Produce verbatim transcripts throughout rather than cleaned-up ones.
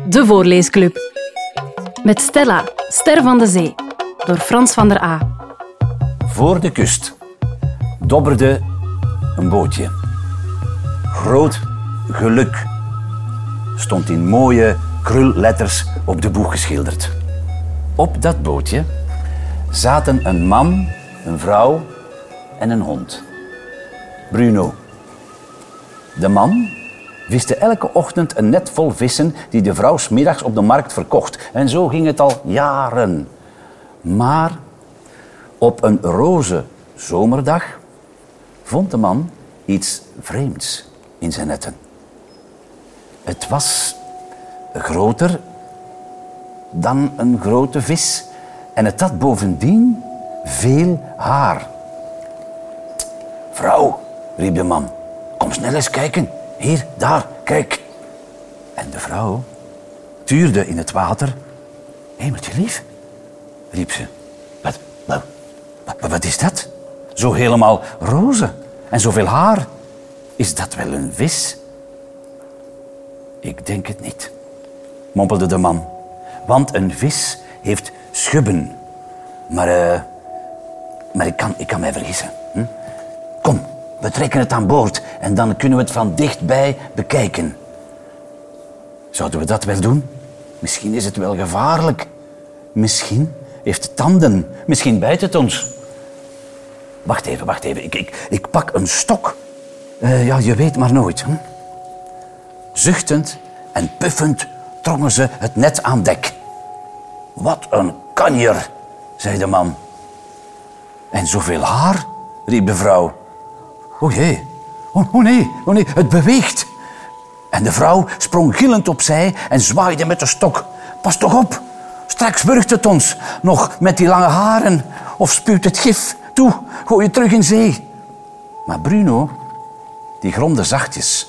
De Voorleesclub. Met Stella, Ster van de Zee. Door Frans van der A. Voor de kust dobberde een bootje. Groot geluk stond in mooie krulletters op de boeg geschilderd. Op dat bootje zaten een man, een vrouw en een hond. Bruno. De man viste elke ochtend een net vol vissen die de vrouw 's middags op de markt verkocht. En zo ging het al jaren. Maar op een roze zomerdag vond de man iets vreemds in zijn netten. Het was groter dan een grote vis en het had bovendien veel haar. Vrouw, riep de man, kom snel eens kijken. Hier, daar, kijk. En de vrouw tuurde in het water. Hemeltje lief, riep ze. Wat, wat, wat, wat is dat? Zo helemaal roze en zoveel haar. Is dat wel een vis? Ik denk het niet, mompelde de man. Want een vis heeft schubben. Maar, uh, maar ik, kan, ik kan mij vergissen. Hm? Kom, we trekken het aan boord en dan kunnen we het van dichtbij bekijken. Zouden we dat wel doen? Misschien is het wel gevaarlijk. Misschien heeft het tanden. Misschien bijt het ons. Wacht even, wacht even. Ik, ik, ik pak een stok. Uh, ja, je weet maar nooit. Hm? Zuchtend en puffend trongen ze het net aan dek. Wat een kanjer, zei de man. En zoveel haar, riep de vrouw. O jee, oh, oh nee, oh nee, het beweegt. En de vrouw sprong gillend opzij en zwaaide met de stok. Pas toch op, straks wurgt het ons nog met die lange haren. Of spuwt het gif, toe, gooi je terug in zee. Maar Bruno, die gromde zachtjes.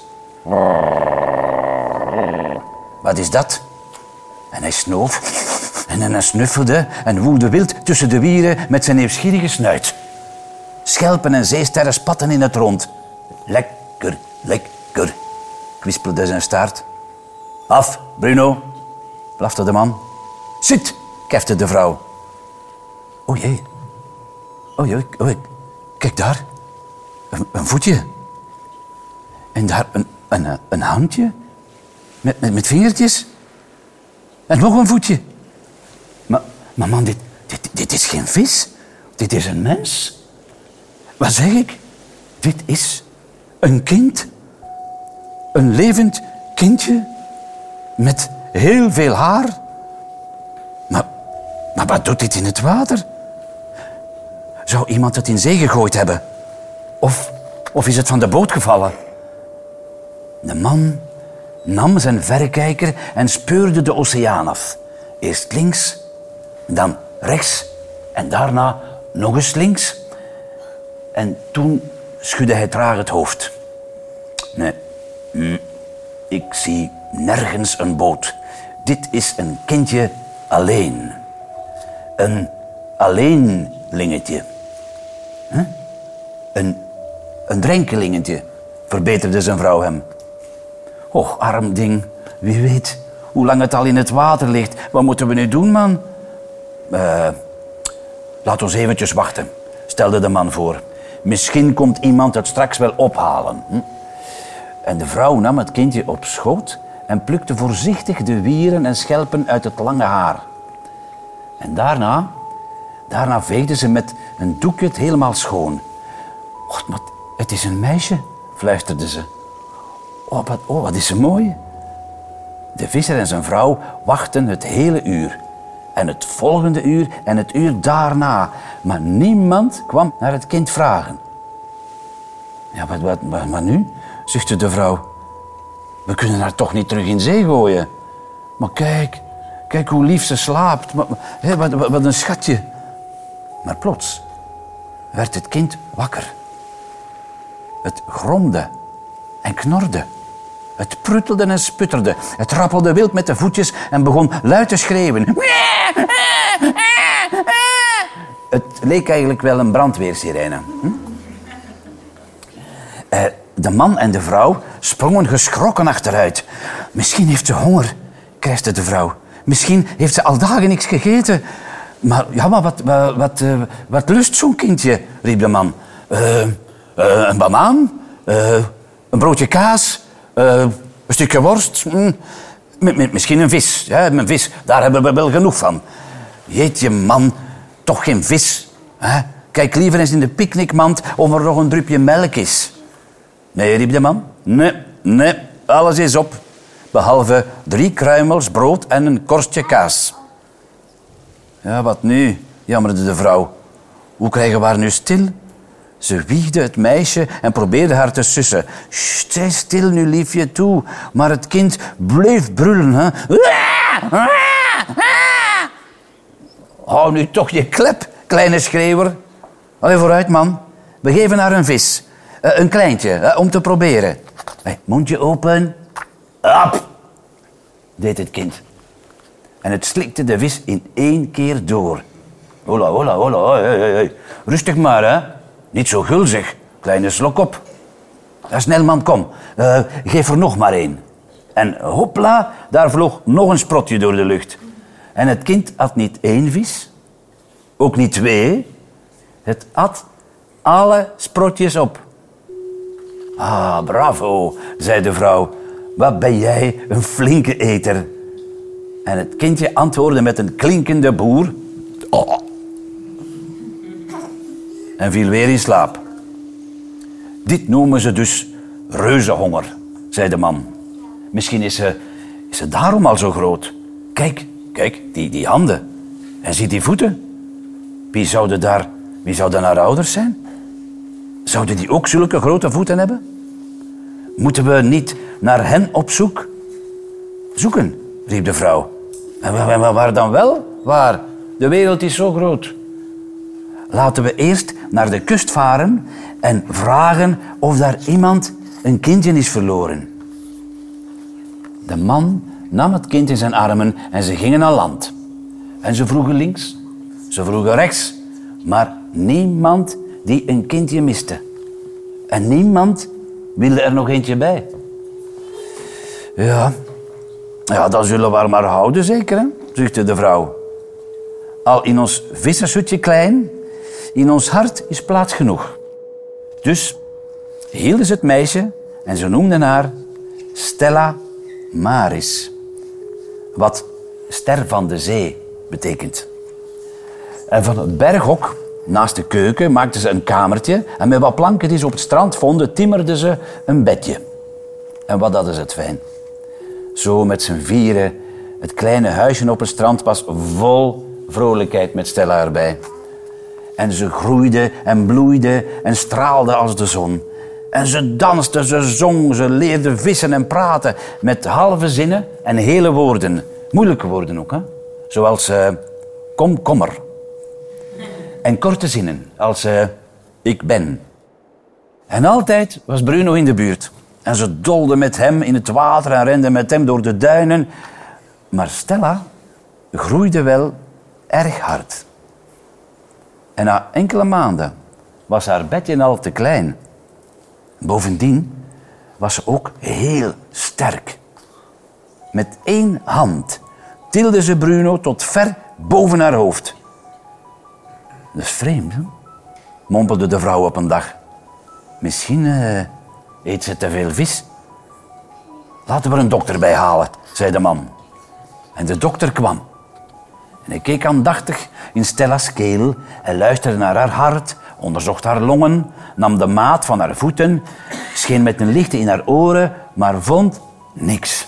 Wat is dat? En hij snoof en hij snuffelde en woelde wild tussen de wieren met zijn nieuwsgierige snuit. Schelpen en zeesterren spatten in het rond. Lekker, lekker, kwispelde zijn staart. Af, Bruno, blafte de man. Zit, kefte de vrouw. O jee, o jee, o jee. Kijk daar, een, een voetje. En daar een, een, een handje met, met, met vingertjes. En nog een voetje. Maar, maar man, dit, dit, dit is geen vis. Dit is een mens. Wat zeg ik? Dit is een kind. Een levend kindje met heel veel haar. Maar, maar wat doet dit in het water? Zou iemand het in zee gegooid hebben? Of, of is het van de boot gevallen? De man nam zijn verrekijker en speurde de oceaan af. Eerst links, dan rechts en daarna nog eens links. En toen schudde hij traag het hoofd. Nee, ik zie nergens een boot. Dit is een kindje alleen. Een alleenlingetje. Huh? Een, een drenkelingetje, verbeterde zijn vrouw hem. Och, arm ding, wie weet hoe lang het al in het water ligt. Wat moeten we nu doen, man? Uh, laat ons eventjes wachten, stelde de man voor. Misschien komt iemand het straks wel ophalen. Hm? En de vrouw nam het kindje op schoot en plukte voorzichtig de wieren en schelpen uit het lange haar. En daarna, daarna veegde ze met een doekje het helemaal schoon. Och, maar het is een meisje, fluisterde ze. Oh wat, oh, wat is ze mooi. De visser en zijn vrouw wachten het hele uur. En het volgende uur en het uur daarna. Maar niemand kwam naar het kind vragen. Ja, wat, wat, wat, maar nu? Zuchtte de vrouw. We kunnen haar toch niet terug in zee gooien. Maar kijk, kijk hoe lief ze slaapt. Maar, hé, wat, wat, wat een schatje. Maar plots werd het kind wakker. Het gromde en knorde. Het pruttelde en sputterde. Het rappelde wild met de voetjes en begon luid te schreeuwen. Het leek eigenlijk wel een brandweersirene. Hm? De man en de vrouw sprongen geschrokken achteruit. Misschien heeft ze honger, krijste de vrouw. Misschien heeft ze al dagen niks gegeten. Maar, ja, maar wat, wat, wat, uh, wat lust zo'n kindje, riep de man. Uh, uh, een banaan, uh, een broodje kaas, uh, een stukje worst. Mm, m- m- misschien een vis. Ja, een vis, daar hebben we wel genoeg van. Jeetje, man, toch geen vis. Hè? Kijk liever eens in de picknickmand of er nog een drupje melk is. Nee, riep de man. Nee, nee, alles is op. Behalve drie kruimels brood en een korstje kaas. Ja, wat nu? Jammerde de vrouw. Hoe krijgen we haar nu stil? Ze wiegde het meisje en probeerde haar te sussen. Sst, stil nu, liefje, toe. Maar het kind bleef brullen. Hè? Hou nu toch je klep, kleine schreeuwer. Allee, vooruit, man. We geven haar een vis. Uh, een kleintje, uh, om te proberen. Hey, mondje open. Ap! Deed het kind. En het slikte de vis in één keer door. Hola, hola, hola. Hey, hey, hey. Rustig maar, hè. Niet zo gulzig. Kleine slok op. Ja, snel, man, kom. Uh, geef er nog maar één. En hopla, daar vloog nog een sprotje door de lucht. En het kind at niet één vis. Ook niet twee. Het at alle sprotjes op. Ah, bravo, zei de vrouw. Wat ben jij een flinke eter. En het kindje antwoordde met een klinkende boer. Oh. En viel weer in slaap. Dit noemen ze dus reuzenhonger, zei de man. Misschien is ze, is ze daarom al zo groot. Kijk, kijk, die, die handen. En zie die voeten. Wie zouden daar, wie zouden haar ouders zijn? Zouden die ook zulke grote voeten hebben? Moeten we niet naar hen op zoek? Zoeken, riep de vrouw. En waar dan wel? Waar? De wereld is zo groot. Laten we eerst naar de kust varen en vragen of daar iemand een kindje is verloren. De man nam het kind in zijn armen en ze gingen aan land. En ze vroegen links, ze vroegen rechts, maar niemand die een kindje miste. En niemand wilde er nog eentje bij. Ja, ja, dan zullen we haar maar houden, zeker, hè? Zuchtte de vrouw. Al in ons vissershutje klein, in ons hart is plaats genoeg. Dus hielden ze het meisje en ze noemden haar Stella Maris. Wat ster van de zee betekent. En van het berghok naast de keuken maakten ze een kamertje en met wat planken die ze op het strand vonden, timmerden ze een bedje. En wat hadden ze het fijn. Zo met z'n vieren, het kleine huisje op het strand was vol vrolijkheid met Stella erbij. En ze groeide en bloeide en straalde als de zon. En ze danste, ze zong, ze leerde vissen en praten met halve zinnen en hele woorden. Moeilijke woorden ook, hè? Zoals uh, komkommer. En korte zinnen, als uh, ik ben. En altijd was Bruno in de buurt. En ze dolde met hem in het water en rende met hem door de duinen. Maar Stella groeide wel erg hard. En na enkele maanden was haar bedje al te klein. Bovendien was ze ook heel sterk. Met één hand tilde ze Bruno tot ver boven haar hoofd. Dat is vreemd, hè? Mompelde de vrouw op een dag. Misschien uh, eet ze te veel vis. Laten we een dokter bijhalen, zei de man. En de dokter kwam. En hij keek aandachtig in Stella's keel en luisterde naar haar hart, onderzocht haar longen, nam de maat van haar voeten, scheen met een licht in haar oren, maar vond niks.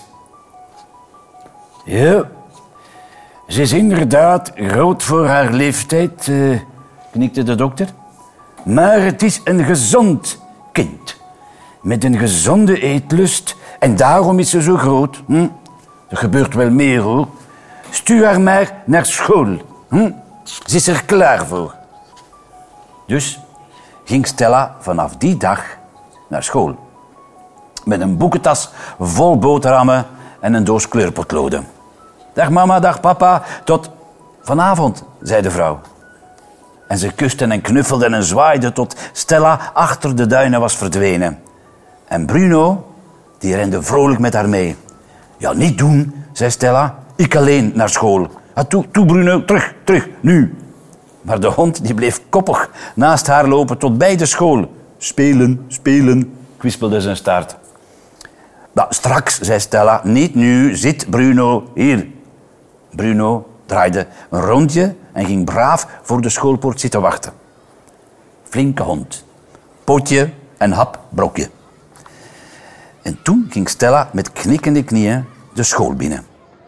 Ja, ze is inderdaad groot voor haar leeftijd, uh, knikte de dokter. Maar het is een gezond kind, met een gezonde eetlust en daarom is ze zo groot. Hm? Er gebeurt wel meer, hoor. Stuur haar maar naar school. Hm? Ze is er klaar voor. Dus ging Stella vanaf die dag naar school. Met een boekentas vol boterhammen en een doos kleurpotloden. Dag mama, dag papa, tot vanavond, zei de vrouw. En ze kusten en knuffelden en zwaaiden tot Stella achter de duinen was verdwenen. En Bruno, die rende vrolijk met haar mee. Ja, niet doen, zei Stella. Ik alleen naar school. Ah, toe, toe, Bruno, terug, terug, nu. Maar de hond die bleef koppig naast haar lopen tot bij de school. Spelen, spelen, kwispelde zijn staart. Nou, straks, zei Stella, niet nu, zit Bruno hier. Bruno draaide een rondje en ging braaf voor de schoolpoort zitten wachten. Flinke hond. Pootje en hap brokje. En toen ging Stella met knikkende knieën de school binnen.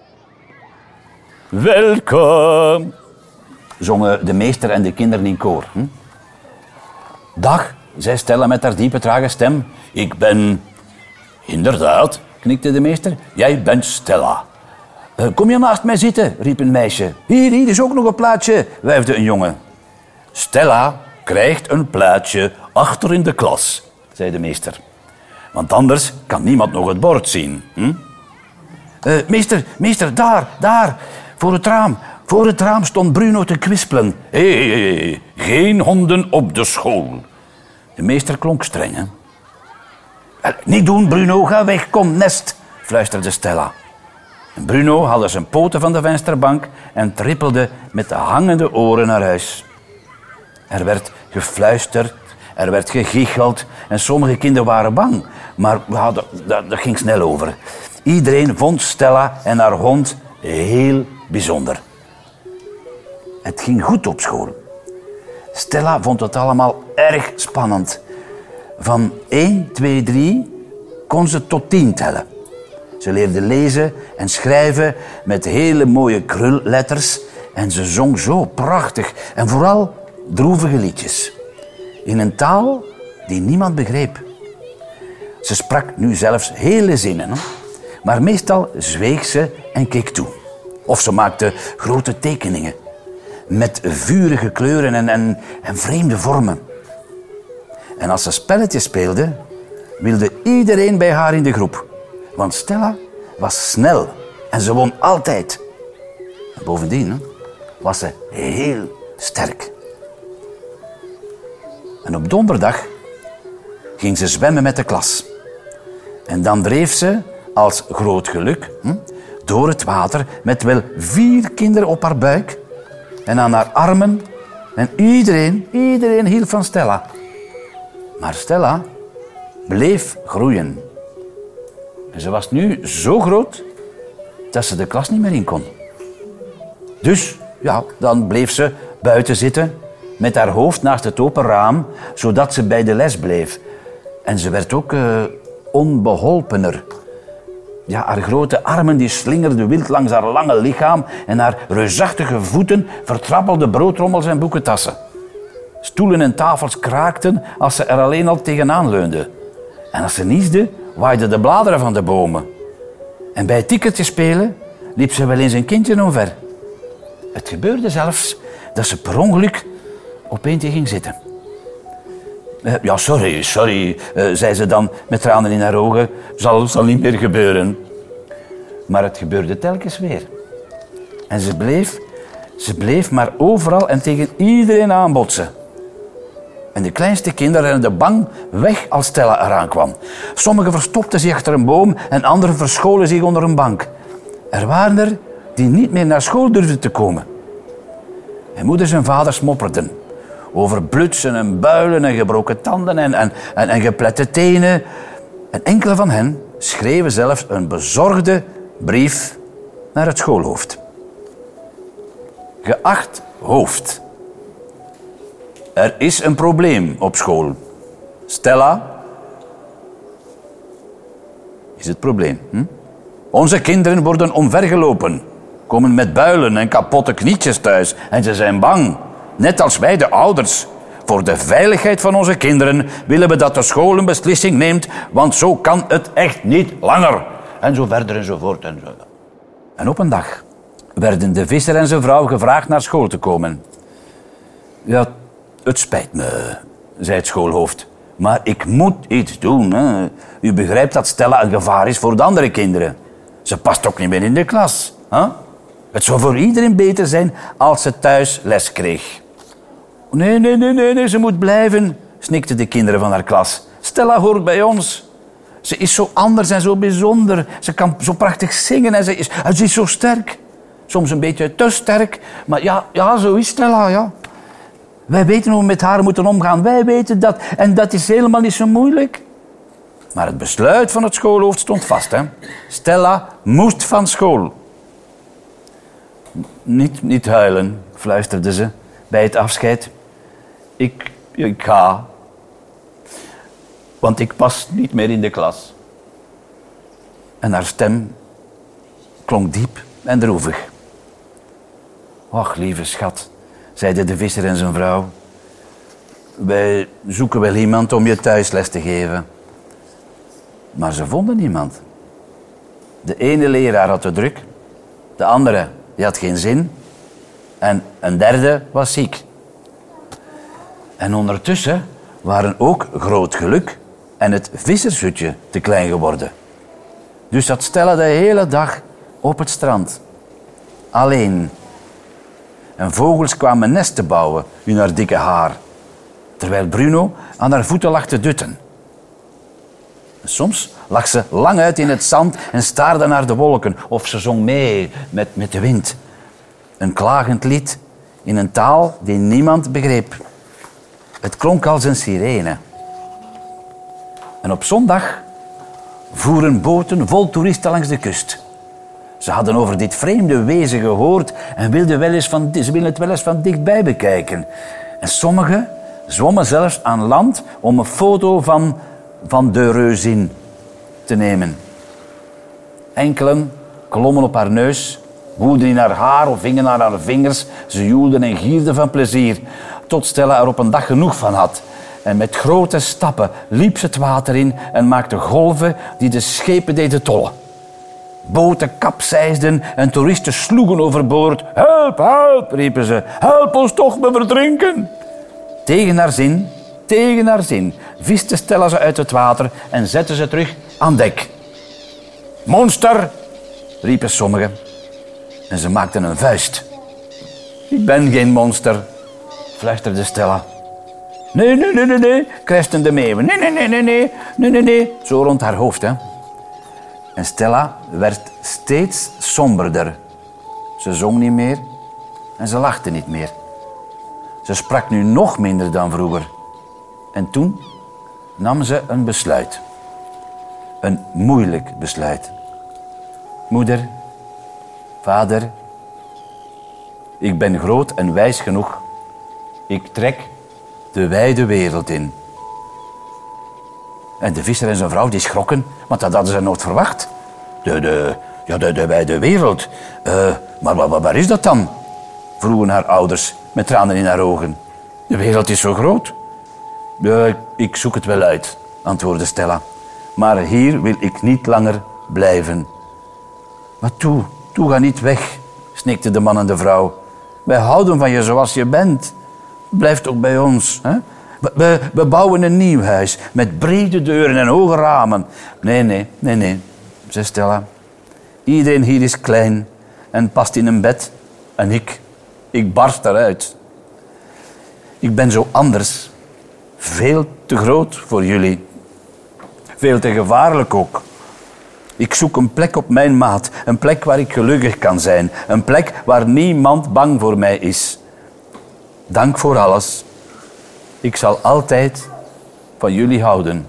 Welkom, zongen de meester en de kinderen in koor. Hm? Dag, zei Stella met haar diepe, trage stem. Ik ben... Inderdaad, knikte de meester. Jij bent Stella. Uh, kom je naast mij zitten, riep een meisje. Hier, hier is ook nog een plaatsje, wuifde een jongen. Stella krijgt een plaatsje achter in de klas, zei de meester. Want anders kan niemand nog het bord zien. Hm? Uh, meester, meester, daar, daar, voor het raam. Voor het raam stond Bruno te kwispelen. Hé, hey, hey, hey, geen honden op de school. De meester klonk streng, hè. Uh, niet doen, Bruno, ga weg, kom, nest, fluisterde Stella. En Bruno haalde zijn poten van de vensterbank en trippelde met de hangende oren naar huis. Er werd gefluisterd, er werd gegicheld en sommige kinderen waren bang. Maar ja, dat, dat, dat ging snel over. Iedereen vond Stella en haar hond heel bijzonder. Het ging goed op school. Stella vond het allemaal erg spannend. Van één, twee, drie kon ze tot tien tellen. Ze leerde lezen en schrijven met hele mooie krulletters en ze zong zo prachtig en vooral droevige liedjes. In een taal die niemand begreep. Ze sprak nu zelfs hele zinnen, hè? Maar meestal zweeg ze en keek toe. Of ze maakte grote tekeningen met vurige kleuren en, en, en vreemde vormen. En als ze spelletjes speelde, wilde iedereen bij haar in de groep. Want Stella was snel en ze won altijd. En bovendien hè, was ze heel sterk. En op donderdag ging ze zwemmen met de klas. En dan dreef ze, als groot geluk, hm, door het water met wel vier kinderen op haar buik en aan haar armen. En iedereen, iedereen hield van Stella. Maar Stella bleef groeien. En ze was nu zo groot dat ze de klas niet meer in kon. Dus, ja, dan bleef ze buiten zitten met haar hoofd naast het open raam, zodat ze bij de les bleef. En ze werd ook uh, onbeholpener. Ja, haar grote armen die slingerden wild langs haar lange lichaam en haar reusachtige voeten vertrappelden broodrommels en boekentassen. Stoelen en tafels kraakten als ze er alleen al tegenaan leunde. En als ze niesde, waaiden de bladeren van de bomen. En bij het tikkertje spelen liep ze wel eens een kindje omver. Het gebeurde zelfs dat ze per ongeluk op eentje ging zitten. Uh, ja, sorry, sorry, uh, zei ze dan met tranen in haar ogen. Zal, zal niet meer gebeuren. Maar het gebeurde telkens weer. En ze bleef, ze bleef maar overal en tegen iedereen aanbotsen. En de kleinste kinderen renden bang weg als Stella eraan kwam. Sommigen verstopten zich achter een boom en anderen verscholen zich onder een bank. Er waren er die niet meer naar school durfden te komen. En moeders en vaders mopperden over blutsen en builen en gebroken tanden en, en, en, en geplette tenen. En enkele van hen schreven zelfs een bezorgde brief naar het schoolhoofd. Geacht hoofd. Er is een probleem op school. Stella is het probleem. Hm? Onze kinderen worden omvergelopen, komen met builen en kapotte knietjes thuis en ze zijn bang. Net als wij, de ouders. Voor de veiligheid van onze kinderen willen we dat de school een beslissing neemt, want zo kan het echt niet langer. En zo verder en zo voort. En, zo. En op een dag werden de visser en zijn vrouw gevraagd naar school te komen. Ja, het spijt me, zei het schoolhoofd. Maar ik moet iets doen. Hè. U begrijpt dat Stella een gevaar is voor de andere kinderen. Ze past ook niet meer in de klas. Hè? Het zou voor iedereen beter zijn als ze thuis les kreeg. Nee, nee, nee, nee, nee, ze moet blijven, snikten de kinderen van haar klas. Stella hoort bij ons. Ze is zo anders en zo bijzonder. Ze kan zo prachtig zingen en ze is, en ze is zo sterk. Soms een beetje te sterk, maar ja, ja zo is Stella, ja. Wij weten hoe we met haar moeten omgaan. Wij weten dat. En dat is helemaal niet zo moeilijk. Maar het besluit van het schoolhoofd stond vast. Hè? Stella moest van school. Niet, niet huilen, fluisterde ze bij het afscheid. Ik, ik ga. Want ik pas niet meer in de klas. En haar stem klonk diep en droevig. Och, lieve schat, zeiden de visser en zijn vrouw. Wij zoeken wel iemand om je thuisles te geven. Maar ze vonden niemand. De ene leraar had te druk. De andere die had geen zin. En een derde was ziek. En ondertussen waren ook Groot Geluk en het vissershutje te klein geworden. Dus zat Stella de hele dag op het strand. Alleen. En vogels kwamen nesten bouwen in haar dikke haar. Terwijl Bruno aan haar voeten lag te dutten. Soms lag ze lang uit in het zand en staarde naar de wolken. Of ze zong mee met, met de wind. Een klagend lied in een taal die niemand begreep. Het klonk als een sirene. En op zondag voeren boten vol toeristen langs de kust. Ze hadden over dit vreemde wezen gehoord en wilden wel eens van, ze wilden het wel eens van dichtbij bekijken. En sommigen zwommen zelfs aan land om een foto van, van de reuzin te nemen. Enkelen klommen op haar neus, woelden in haar haar of vingen naar haar vingers. Ze joelden en gierden van plezier, tot Stella er op een dag genoeg van had. En met grote stappen liep ze het water in en maakte golven die de schepen deden tollen. Boten kapseisden en toeristen sloegen overboord. Help, help, riepen ze. Help ons toch, we verdrinken. Tegen haar zin, tegen haar zin, viste Stella ze uit het water en zette ze terug aan dek. Monster, riepen sommigen. En ze maakten een vuist. Ik ben geen monster, fluisterde Stella. Nee, nee, nee, nee, nee, krijsten de meeuwen. Nee, nee, nee, nee, nee, nee, nee, nee. Zo rond haar hoofd, hè. En Stella werd steeds somberder. Ze zong niet meer en ze lachte niet meer. Ze sprak nu nog minder dan vroeger. En toen nam ze een besluit. Een moeilijk besluit. Moeder, vader, ik ben groot en wijs genoeg. Ik trek de wijde wereld in. En de visser en zijn vrouw die schrokken, want dat hadden ze nooit verwacht. De, de, ja, de, de wijde wereld. Uh, maar waar, waar is dat dan? Vroegen haar ouders met tranen in haar ogen. De wereld is zo groot. Uh, ik zoek het wel uit, antwoordde Stella. Maar hier wil ik niet langer blijven. Maar toe, toe, ga niet weg, snikte de man en de vrouw. Wij houden van je zoals je bent. Blijf toch bij ons, hè? We, we, we bouwen een nieuw huis met brede deuren en hoge ramen. Nee, nee, nee, nee, zei Stella. Iedereen hier is klein en past in een bed. En ik, ik barst eruit. Ik ben zo anders. Veel te groot voor jullie. Veel te gevaarlijk ook. Ik zoek een plek op mijn maat. Een plek waar ik gelukkig kan zijn. Een plek waar niemand bang voor mij is. Dank voor alles. Ik zal altijd van jullie houden.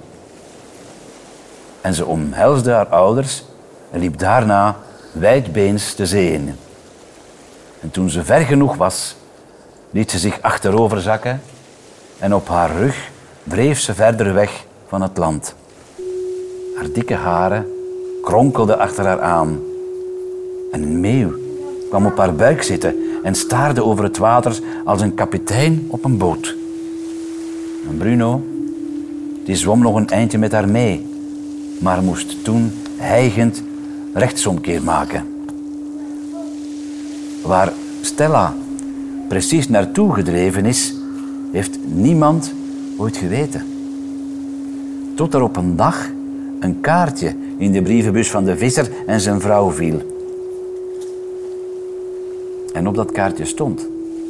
En ze omhelsde haar ouders en liep daarna wijdbeens de zee in. En toen ze ver genoeg was, liet ze zich achterover zakken en op haar rug wreef ze verder weg van het land. Haar dikke haren kronkelden achter haar aan. En een meeuw kwam op haar buik zitten en staarde over het water als een kapitein op een boot. En Bruno, die zwom nog een eindje met haar mee, maar moest toen hijgend rechtsomkeer maken. Waar Stella precies naartoe gedreven is, heeft niemand ooit geweten. Tot er op een dag een kaartje in de brievenbus van de visser en zijn vrouw viel. En op dat kaartje stond: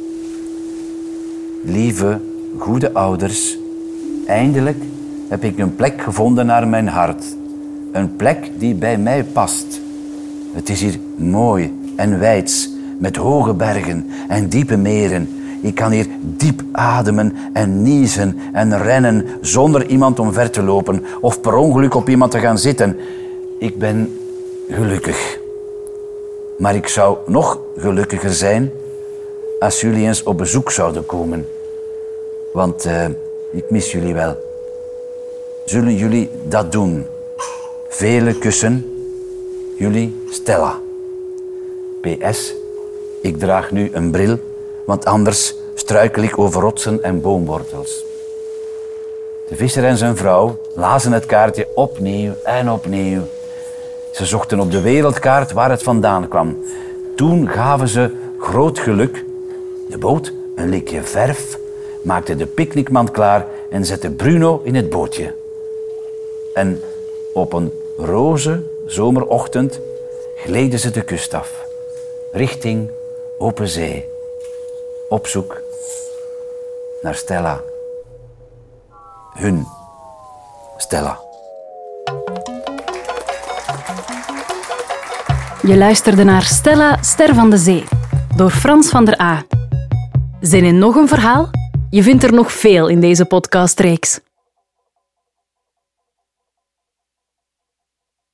lieve, goede ouders, eindelijk heb ik een plek gevonden naar mijn hart. Een plek die bij mij past. Het is hier mooi en wijds, met hoge bergen en diepe meren. Ik kan hier diep ademen en niezen en rennen zonder iemand omver te lopen of per ongeluk op iemand te gaan zitten. Ik ben gelukkig. Maar ik zou nog gelukkiger zijn als jullie eens op bezoek zouden komen. Want uh, ik mis jullie wel. Zullen jullie dat doen? Vele kussen. Jullie Stella. P S. Ik draag nu een bril, want anders struikel ik over rotsen en boomwortels. De visser en zijn vrouw lazen het kaartje opnieuw en opnieuw. Ze zochten op de wereldkaart waar het vandaan kwam. Toen gaven ze groot geluk. De boot een likje verf, maakte de picknickmand klaar en zette Bruno in het bootje. En op een roze zomerochtend gleden ze de kust af, richting open zee, op zoek naar Stella. Hun Stella. Je luisterde naar Stella, Ster van de Zee, door Frans van der A. Zin in nog een verhaal? Je vindt er nog veel in deze podcastreeks.